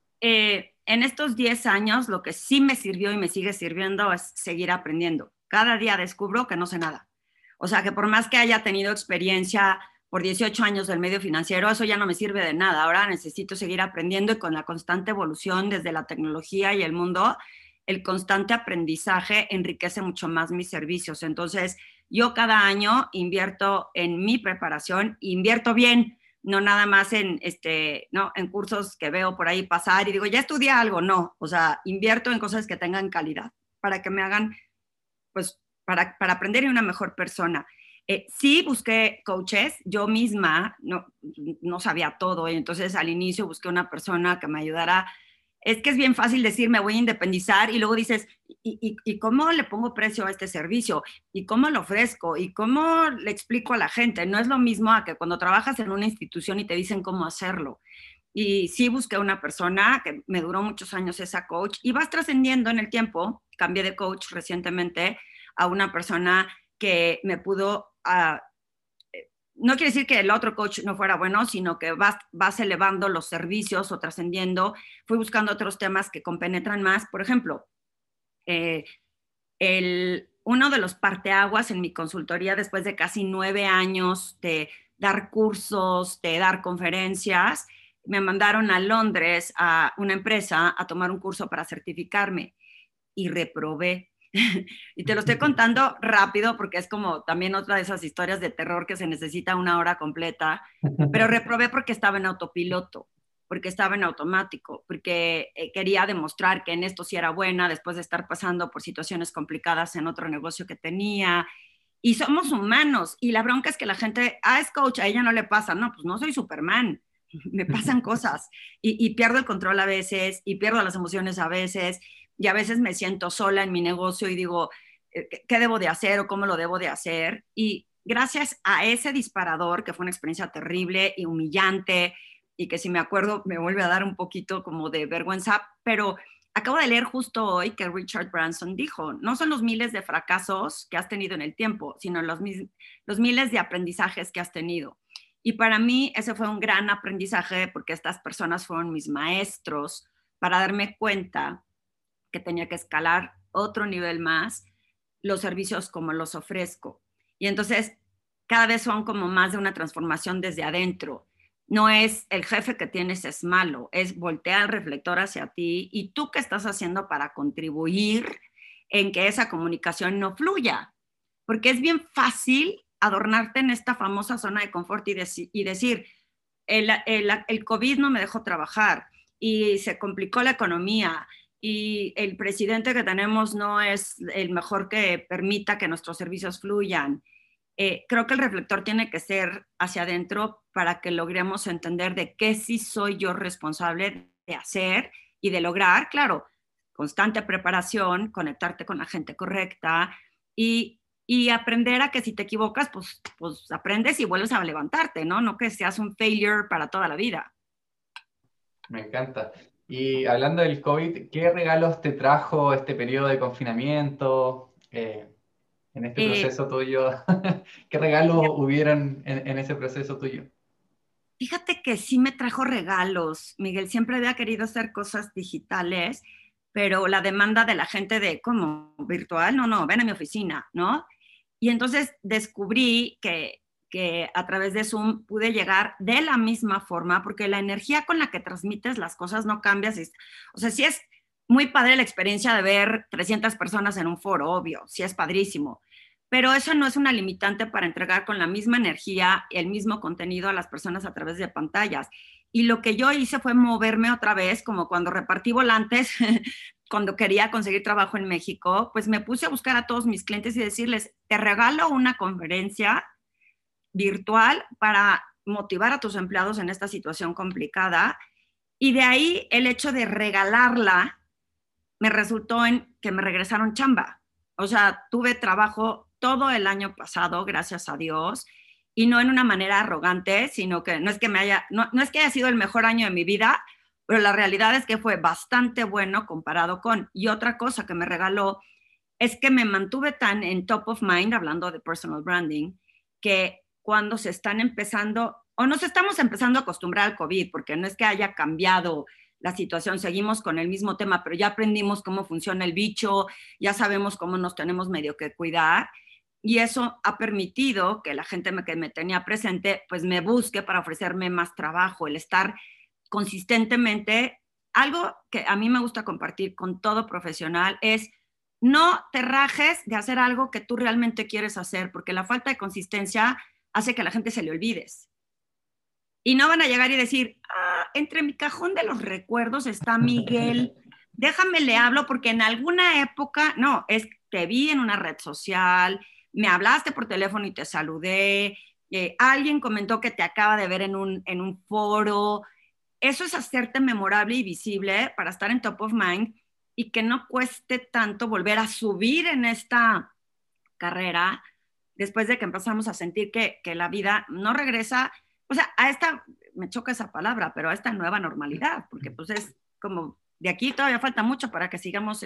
en estos 10 años lo que sí me sirvió y me sigue sirviendo es seguir aprendiendo. Cada día descubro que no sé nada. O sea, que por más que haya tenido experiencia por 18 años del medio financiero, eso ya no me sirve de nada. Ahora necesito seguir aprendiendo y con la constante evolución desde la tecnología y el mundo, el constante aprendizaje enriquece mucho más mis servicios. Entonces, yo cada año invierto en mi preparación, invierto bien, no nada más en, no, en cursos que veo por ahí pasar y digo, ya estudié algo, no, o sea, invierto en cosas que tengan calidad para que me hagan, pues, para aprender y una mejor persona. Sí busqué coaches, yo misma no sabía todo, y entonces al inicio busqué una persona que me ayudara. Es que es bien fácil decir, me voy a independizar y luego dices, ¿y cómo le pongo precio a este servicio? ¿Y cómo lo ofrezco? ¿Y cómo le explico a la gente? No es lo mismo a que cuando trabajas en una institución y te dicen cómo hacerlo. Y sí busqué una persona que me duró muchos años esa coach y vas trascendiendo en el tiempo. Cambié de coach recientemente a una persona que me pudo no quiere decir que el otro coach no fuera bueno, sino que vas elevando los servicios o trascendiendo. Fui buscando otros temas que compenetran más. Por ejemplo, eh, uno de los parteaguas en mi consultoría después de casi 9 años de dar cursos, de dar conferencias, me mandaron a Londres a una empresa a tomar un curso para certificarme y reprobé. Y te lo estoy contando rápido porque es como también otra de esas historias de terror que se necesita una hora completa, pero reprobé porque estaba en autopiloto, porque estaba en automático, porque quería demostrar que en esto sí era buena después de estar pasando por situaciones complicadas en otro negocio que tenía. Y somos humanos y la bronca es que la gente, es coach, a ella no le pasa. No, pues no soy Superman, me pasan cosas y pierdo el control a veces y pierdo las emociones a veces y a veces me siento sola en mi negocio y digo, ¿qué debo de hacer o cómo lo debo de hacer? Y gracias a ese disparador, que fue una experiencia terrible y humillante, y que si me acuerdo me vuelve a dar un poquito como de vergüenza, pero acabo de leer justo hoy que Richard Branson dijo, no son los miles de fracasos que has tenido en el tiempo, sino los miles de aprendizajes que has tenido. Y para mí ese fue un gran aprendizaje porque estas personas fueron mis maestros para darme cuenta que tenía que escalar otro nivel más los servicios como los ofrezco. Y entonces cada vez son como más de una transformación desde adentro. No es el jefe que tienes es malo, es voltear el reflector hacia ti y tú qué estás haciendo para contribuir en que esa comunicación no fluya. Porque es bien fácil adornarte en esta famosa zona de confort y decir, el COVID no me dejó trabajar y se complicó la economía y el presidente que tenemos no es el mejor que permita que nuestros servicios fluyan. Creo que el reflector tiene que ser hacia adentro para que logremos entender de qué sí soy yo responsable de hacer y de lograr, claro, constante preparación, conectarte con la gente correcta y aprender a que si te equivocas, pues aprendes y vuelves a levantarte, ¿no? No que seas un failure para toda la vida. Me encanta. Y hablando del COVID, ¿qué regalos te trajo este periodo de confinamiento en este Eh, proceso tuyo? ¿Qué regalos hubieron en ese proceso tuyo? Fíjate que sí me trajo regalos. Miguel siempre había querido hacer cosas digitales, pero la demanda de la gente de, ¿cómo? ¿Virtual? No, no, ven a mi oficina, ¿no? Y entonces descubrí que a través de Zoom pude llegar de la misma forma, porque la energía con la que transmites las cosas no cambia. O sea, sí es muy padre la experiencia de ver 300 personas en un foro, obvio, sí es padrísimo, pero eso no es una limitante para entregar con la misma energía y el mismo contenido a las personas a través de pantallas. Y lo que yo hice fue moverme otra vez, como cuando repartí volantes, cuando quería conseguir trabajo en México, pues me puse a buscar a todos mis clientes y decirles, te regalo una conferencia virtual para motivar a tus empleados en esta situación complicada. Y de ahí el hecho de regalarla me resultó en que me regresaron chamba. O sea, tuve trabajo todo el año pasado, gracias a Dios, y no en una manera arrogante, sino que no es que no es que haya sido el mejor año de mi vida, pero la realidad es que fue bastante bueno comparado con. Y otra cosa que me regaló es que me mantuve tan en top of mind, hablando de personal branding, que cuando se están empezando, o nos estamos empezando a acostumbrar al COVID, porque no es que haya cambiado la situación, seguimos con el mismo tema, pero ya aprendimos cómo funciona el bicho, ya sabemos cómo nos tenemos medio que cuidar, y eso ha permitido que la gente que me tenía presente, pues me busque para ofrecerme más trabajo, el estar consistentemente. Algo que a mí me gusta compartir con todo profesional es no te rajes de hacer algo que tú realmente quieres hacer, porque la falta de consistencia hace que a la gente se le olvides. Y no van a llegar y decir, entre mi cajón de los recuerdos está Miguel, déjame le hablo porque en alguna época, no, es te vi en una red social, me hablaste por teléfono y te saludé, alguien comentó que te acaba de ver en un foro. Eso es hacerte memorable y visible para estar en top of mind y que no cueste tanto volver a subir en esta carrera después de que empezamos a sentir que la vida no regresa, o sea, a esta, me choca esa palabra, pero a esta nueva normalidad, porque pues es como, de aquí todavía falta mucho para que sigamos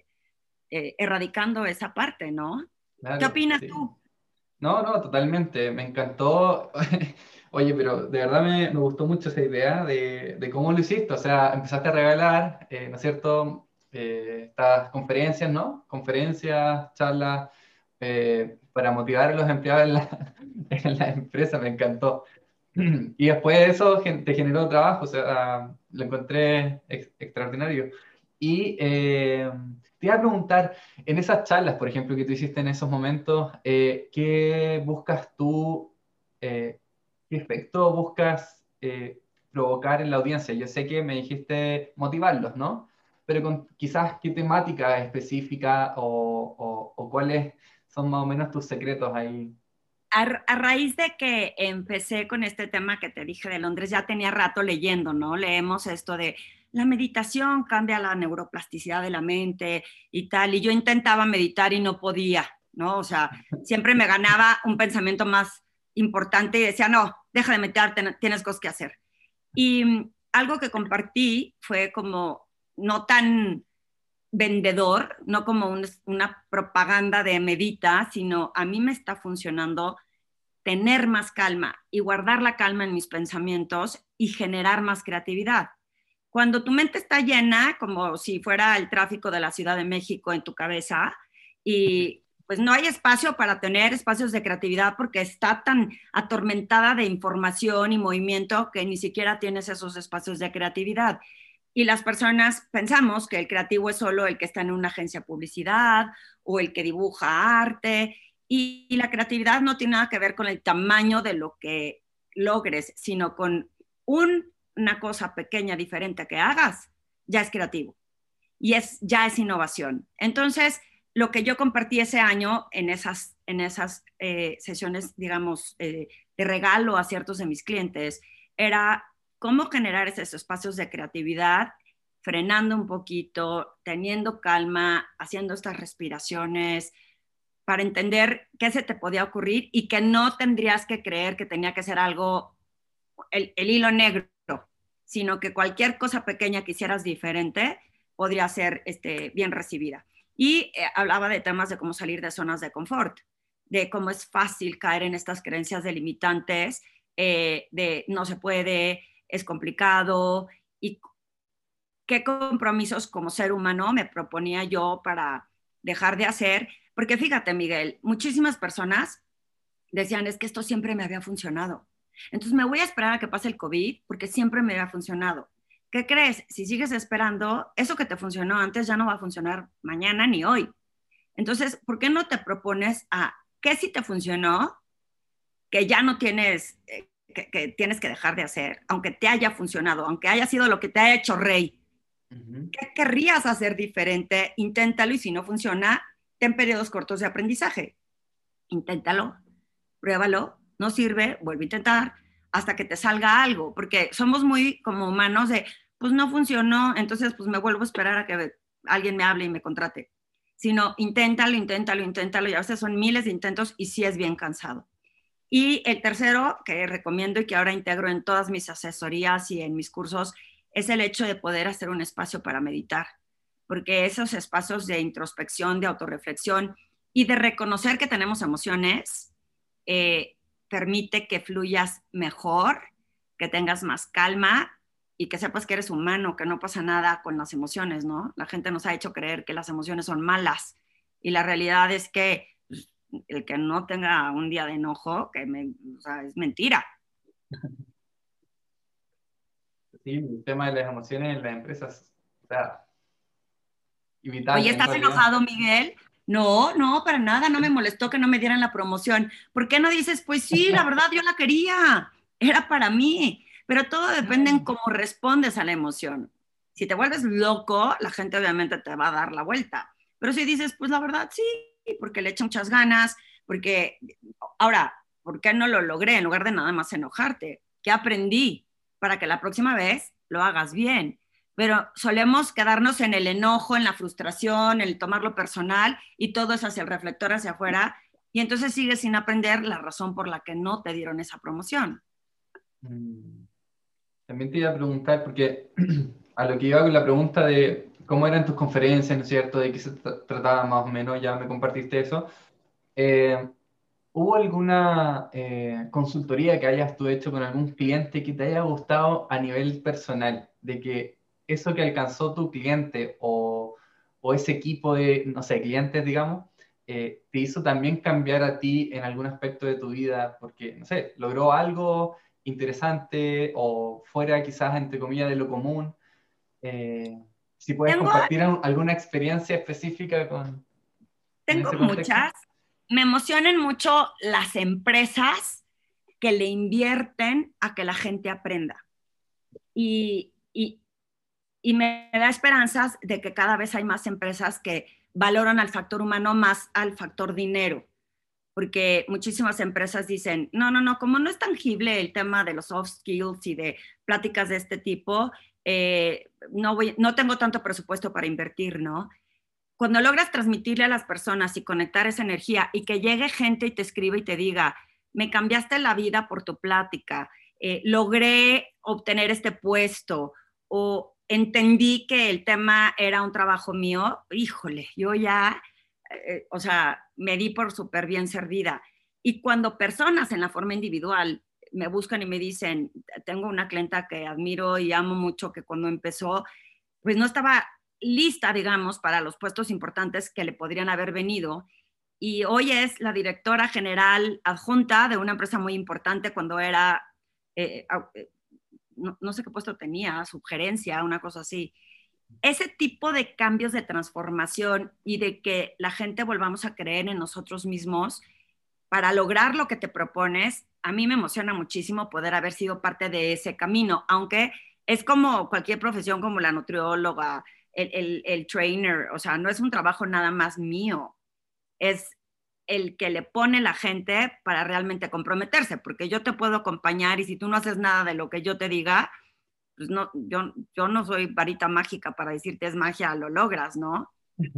erradicando esa parte, ¿no? ¿Qué Claro, opinas sí. tú? No, no, totalmente. Me encantó. Oye, pero de verdad me gustó mucho esa idea de cómo lo hiciste. O sea, empezaste a regalar, ¿no es cierto? Estas conferencias, ¿no? Conferencias, charlas, para motivar a los empleados en en la empresa. Me encantó. Y después de eso te generó trabajo. O sea, lo encontré extraordinario. Y te iba a preguntar. En esas charlas, por ejemplo, que tú hiciste en esos momentos, ¿qué buscas tú, qué efecto buscas provocar en la audiencia? Yo sé que me dijiste motivarlos, ¿no? Pero quizás qué temática específica o cuáles son más o menos tus secretos ahí. A raíz de que empecé con este tema que te dije de Londres, ya tenía rato leyendo, ¿no? Leemos esto de la meditación cambia la neuroplasticidad de la mente y tal, y yo intentaba meditar y no podía, ¿no? O sea, siempre me ganaba un pensamiento más importante y decía, no, deja de meterte, tienes cosas que hacer. Y algo que compartí fue como no tan vendedor, no como una propaganda de medita, sino a mí me está funcionando tener más calma y guardar la calma en mis pensamientos y generar más creatividad. Cuando tu mente está llena, como si fuera el tráfico de la Ciudad de México en tu cabeza, y pues no hay espacio para tener espacios de creatividad porque está tan atormentada de información y movimiento que ni siquiera tienes esos espacios de creatividad. Y las personas pensamos que el creativo es solo el que está en una agencia de publicidad o el que dibuja arte, y la creatividad no tiene nada que ver con el tamaño de lo que logres, sino con una cosa pequeña diferente que hagas, ya es creativo y ya es innovación. Entonces, lo que yo compartí ese año en esas sesiones, digamos, de regalo a ciertos de mis clientes, era cómo generar esos espacios de creatividad frenando un poquito, teniendo calma, haciendo estas respiraciones para entender qué se te podía ocurrir y que no tendrías que creer que tenía que ser algo, el hilo negro, sino que cualquier cosa pequeña que hicieras diferente podría ser bien recibida. Y hablaba de temas de cómo salir de zonas de confort, de cómo es fácil caer en estas creencias delimitantes, de no se puede, es complicado, y qué compromisos como ser humano me proponía yo para dejar de hacer. Porque fíjate, Miguel, muchísimas personas decían, es que esto siempre me había funcionado. Entonces me voy a esperar a que pase el COVID porque siempre me había funcionado. ¿Qué crees? Si sigues esperando, eso que te funcionó antes ya no va a funcionar mañana ni hoy. Entonces, ¿por qué no te propones a qué si te funcionó, que ya no tienes, que tienes que dejar de hacer, aunque te haya funcionado, aunque haya sido lo que te haya hecho rey? ¿Qué querrías hacer diferente? Inténtalo y si no funciona, ten periodos cortos de aprendizaje. Inténtalo, pruébalo, no sirve, vuelve a intentar hasta que te salga algo, porque somos muy como humanos de, pues no funcionó, entonces pues me vuelvo a esperar a que alguien me hable y me contrate. Sino inténtalo, inténtalo, inténtalo, y a veces son miles de intentos y sí es bien cansado. Y el tercero que recomiendo y que ahora integro en todas mis asesorías y en mis cursos es el hecho de poder hacer un espacio para meditar, porque esos espacios de introspección, de autorreflexión y de reconocer que tenemos emociones, permite que fluyas mejor, que tengas más calma y que sepas que eres humano, que no pasa nada con las emociones, ¿no? La gente nos ha hecho creer que las emociones son malas y la realidad es que el que no tenga un día de enojo, o sea, es mentira. Sí, el tema de las emociones en las empresas, o sea, Oye, vital en ¿estás realidad. enojado, Miguel? No, no, para nada, no me molestó que no me dieran la promoción. ¿Por qué no dices, pues sí, la verdad yo la quería, era para mí? Pero todo depende en cómo respondes a la emoción. Si te vuelves loco, la gente obviamente te va a dar la vuelta. Pero si dices, pues la verdad sí, porque le eché muchas ganas, porque ahora, ¿por qué no lo logré en lugar de nada más enojarte? ¿Qué aprendí para que la próxima vez lo hagas bien? Pero solemos quedarnos en el enojo, en la frustración, en el tomarlo personal y todo es hacia el reflector, hacia afuera, y entonces sigues sin aprender la razón por la que no te dieron esa promoción. Mm. También te iba a preguntar, porque a lo que iba con la pregunta de cómo eran tus conferencias, ¿no es cierto? De qué se trataba más o menos, ya me compartiste eso. Eh, ¿Hubo alguna consultoría que hayas tú hecho con algún cliente que te haya gustado a nivel personal? De que eso que alcanzó tu cliente o ese equipo de, no sé, clientes, digamos, te hizo también cambiar a ti en algún aspecto de tu vida, porque, no sé, logró algo interesante o fuera quizás, entre comillas, de lo común. Eh, si puedes Tengo, compartir alguna experiencia específica en tengo ese contexto. muchas. Me emocionan mucho las empresas que le invierten a que la gente aprenda. Y, y, y me da esperanzas de que cada vez hay más empresas que valoran al factor humano más al factor dinero, porque muchísimas empresas dicen, no, no, no, como no es tangible el tema de los soft skills y de pláticas de este tipo, no tengo tanto presupuesto para invertir, ¿no? Cuando logras transmitirle a las personas y conectar esa energía y que llegue gente y te escriba y te diga, me cambiaste la vida por tu plática, logré obtener este puesto o entendí que el tema era un trabajo mío, híjole, yo ya, o sea, me di por súper bien servida. Y cuando personas en la forma individual me buscan y me dicen, tengo una clienta que admiro y amo mucho, que cuando empezó, pues no estaba lista, digamos, para los puestos importantes que le podrían haber venido. Y hoy es la directora general adjunta de una empresa muy importante cuando era, eh, no sé qué puesto tenía, sugerencia, una cosa así. Ese tipo de cambios de transformación y de que la gente volvamos a creer en nosotros mismos para lograr lo que te propones, a mí me emociona muchísimo poder haber sido parte de ese camino, aunque es como cualquier profesión como la nutrióloga, el trainer, o sea, no es un trabajo nada más mío, es el que le pone la gente para realmente comprometerse, porque yo te puedo acompañar y si tú no haces nada de lo que yo te diga, pues no, yo no soy varita mágica para decirte es magia, lo logras, ¿no?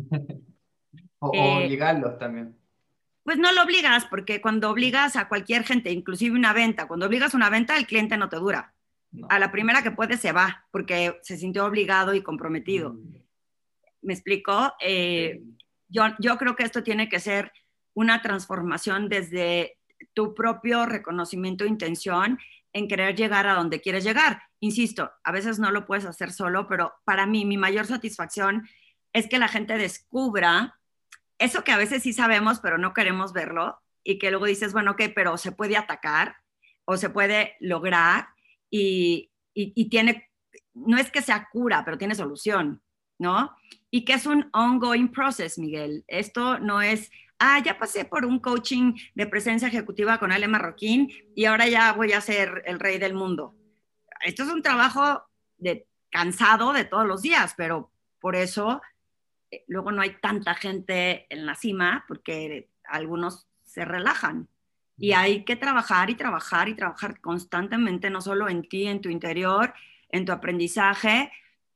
O Eh, obligarlos también. pues no lo obligas, porque cuando obligas a cualquier gente, inclusive una venta, cuando obligas una venta, el cliente no te dura. A No. la primera que puede se va, porque se sintió obligado y comprometido. Mm, ¿Me explico? sí. Yo creo que esto tiene que ser una transformación desde tu propio reconocimiento e intención en querer llegar a donde quieres llegar. Insisto, a veces no lo puedes hacer solo, pero para mí mi mayor satisfacción es que la gente descubra eso que a veces sí sabemos, pero no queremos verlo, y que luego dices, bueno, ok, pero se puede atacar o se puede lograr y tiene, no es que sea cura, pero tiene solución, ¿no? Y que es un ongoing process, Miguel. Esto no es, ya pasé por un coaching de presencia ejecutiva con Ale Marroquín y ahora ya voy a ser el rey del mundo. Esto es un trabajo cansado de todos los días, pero por eso luego no hay tanta gente en la cima porque algunos se relajan. Y hay que trabajar y trabajar y trabajar constantemente, no solo en ti, en tu interior, en tu aprendizaje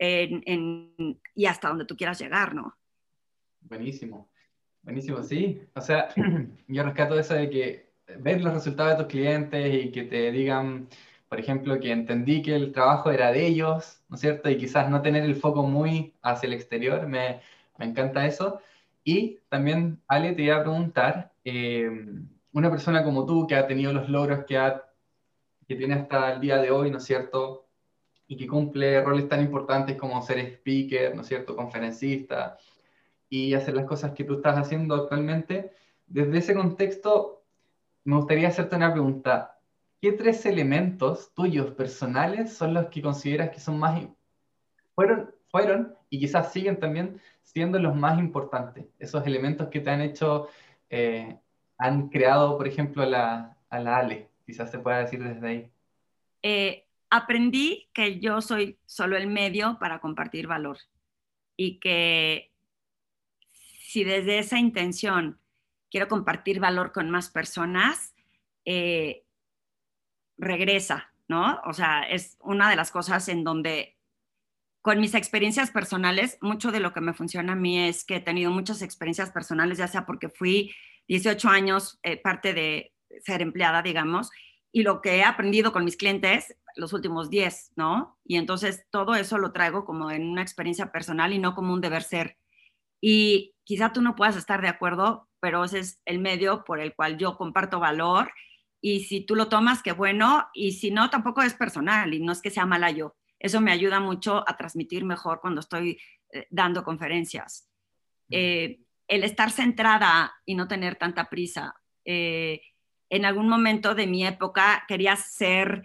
y hasta donde tú quieras llegar, ¿no? Buenísimo. Buenísimo, sí. O sea, yo rescato eso de que ver los resultados de tus clientes y que te digan, por ejemplo, que entendí que el trabajo era de ellos, ¿no es cierto? Y quizás no tener el foco muy hacia el exterior, me encanta eso. Y también, Ale, te iba a preguntar, una persona como tú que ha tenido los logros que tiene hasta el día de hoy, ¿no es cierto? Y que cumple roles tan importantes como ser speaker, ¿no es cierto? Conferencista y hacer las cosas que tú estás haciendo actualmente. Desde ese contexto, me gustaría hacerte una pregunta. ¿Qué tres elementos tuyos personales son los que consideras que son fueron y quizás siguen también siendo los más importantes? Esos elementos que te han hecho, han creado, por ejemplo, a la Ale, quizás se pueda decir desde ahí. Aprendí que yo soy solo el medio para compartir valor y que si desde esa intención quiero compartir valor con más personas, eh, regresa, ¿no? O sea, es una de las cosas en donde con mis experiencias personales, mucho de lo que me funciona a mí es que he tenido muchas experiencias personales, ya sea porque fui 18 años parte de ser empleada, digamos, y lo que he aprendido con mis clientes los últimos 10, ¿no? Y entonces todo eso lo traigo como en una experiencia personal y no como un deber ser. Y quizá tú no puedas estar de acuerdo, pero ese es el medio por el cual yo comparto valor. Y si tú lo tomas, qué bueno. Y si no, tampoco es personal y no es que sea mala yo. Eso me ayuda mucho a transmitir mejor cuando estoy dando conferencias. El estar centrada y no tener tanta prisa. En algún momento de mi época quería ser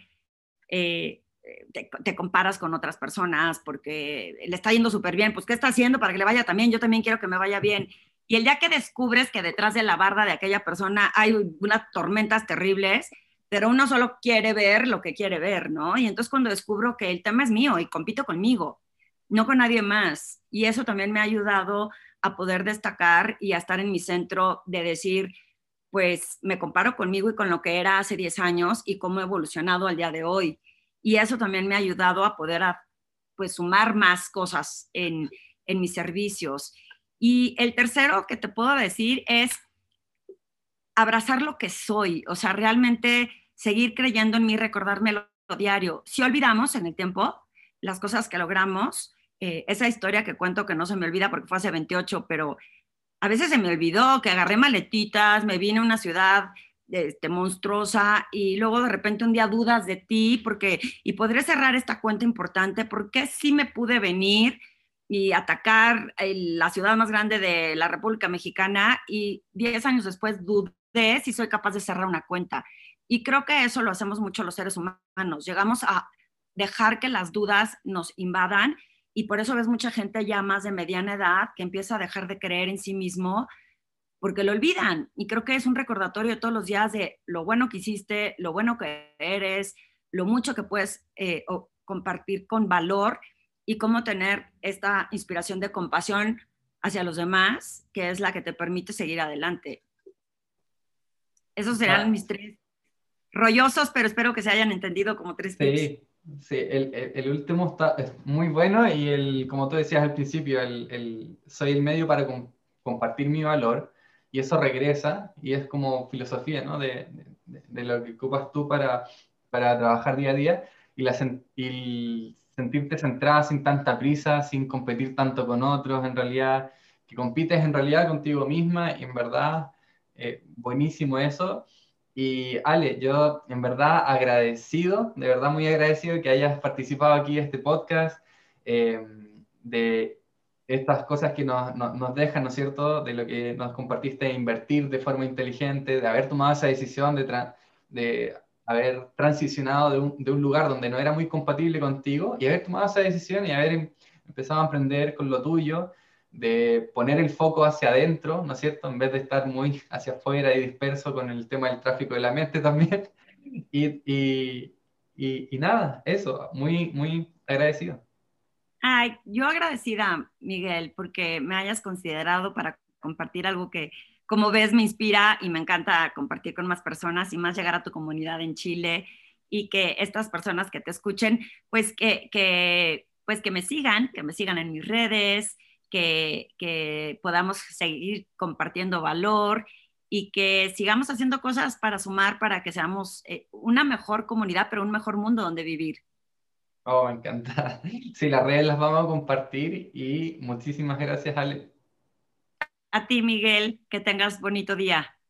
te comparas con otras personas porque le está yendo súper bien, pues ¿qué está haciendo para que le vaya también? Yo también quiero que me vaya bien. Y el día que descubres que detrás de la barda de aquella persona hay unas tormentas terribles, pero uno solo quiere ver lo que quiere ver, ¿no? Y entonces cuando descubro que el tema es mío y compito conmigo, no con nadie más. Y eso también me ha ayudado a poder destacar y a estar en mi centro de decir, pues me comparo conmigo y con lo que era hace 10 años y cómo he evolucionado al día de hoy. Y eso también me ha ayudado a poder pues sumar más cosas en mis servicios. Y el tercero que te puedo decir es abrazar lo que soy, o sea, realmente seguir creyendo en mí, recordármelo diario. Si olvidamos en el tiempo las cosas que logramos, esa historia que cuento que no se me olvida porque fue hace 28, pero a veces se me olvidó que agarré maletitas, me vine a una ciudad monstruosa y luego de repente un día dudas de ti porque, y podré cerrar esta cuenta importante porque sí me pude venir y atacar la ciudad más grande de la República Mexicana y 10 años después dudé si soy capaz de cerrar una cuenta. Y creo que eso lo hacemos mucho los seres humanos. Llegamos a dejar que las dudas nos invadan y por eso ves mucha gente ya más de mediana edad que empieza a dejar de creer en sí mismo porque lo olvidan. Y creo que es un recordatorio de todos los días de lo bueno que hiciste, lo bueno que eres, lo mucho que puedes compartir con valor y cómo tener esta inspiración de compasión hacia los demás, que es la que te permite seguir adelante. Esos serán Ah, mis tres rollosos, pero espero que se hayan entendido como tres tips. sí, Sí, el último es muy bueno y como tú decías al principio, soy el medio para compartir mi valor y eso regresa y es como filosofía, ¿no? De lo que ocupas tú para trabajar día a día y sentirte centrada sin tanta prisa, sin competir tanto con otros, en realidad, que compites en realidad contigo misma y en verdad, buenísimo eso. Y Ale, yo en verdad agradecido, de verdad muy agradecido que hayas participado aquí en este podcast, eh, de estas cosas que nos dejan, ¿no es cierto?, de lo que nos compartiste, de invertir de forma inteligente, de haber tomado esa decisión de haber transicionado de un lugar donde no era muy compatible contigo y haber tomado esa decisión y haber empezado a emprender con lo tuyo, de poner el foco hacia adentro, ¿no es cierto? En vez de estar muy hacia afuera y disperso con el tema del tráfico de la mente también. Y, y, y nada, eso, muy, muy agradecido. Ay, yo agradecida, Miguel, porque me hayas considerado para compartir algo que, como ves, me inspira y me encanta compartir con más personas y más llegar a tu comunidad en Chile y que estas personas que te escuchen, pues pues que me sigan en mis redes, que podamos seguir compartiendo valor y que sigamos haciendo cosas para sumar, para que seamos una mejor comunidad, pero un mejor mundo donde vivir. Oh, me encanta. Sí, las redes las vamos a compartir y muchísimas gracias, Ale. A ti, Miguel, que tengas bonito día.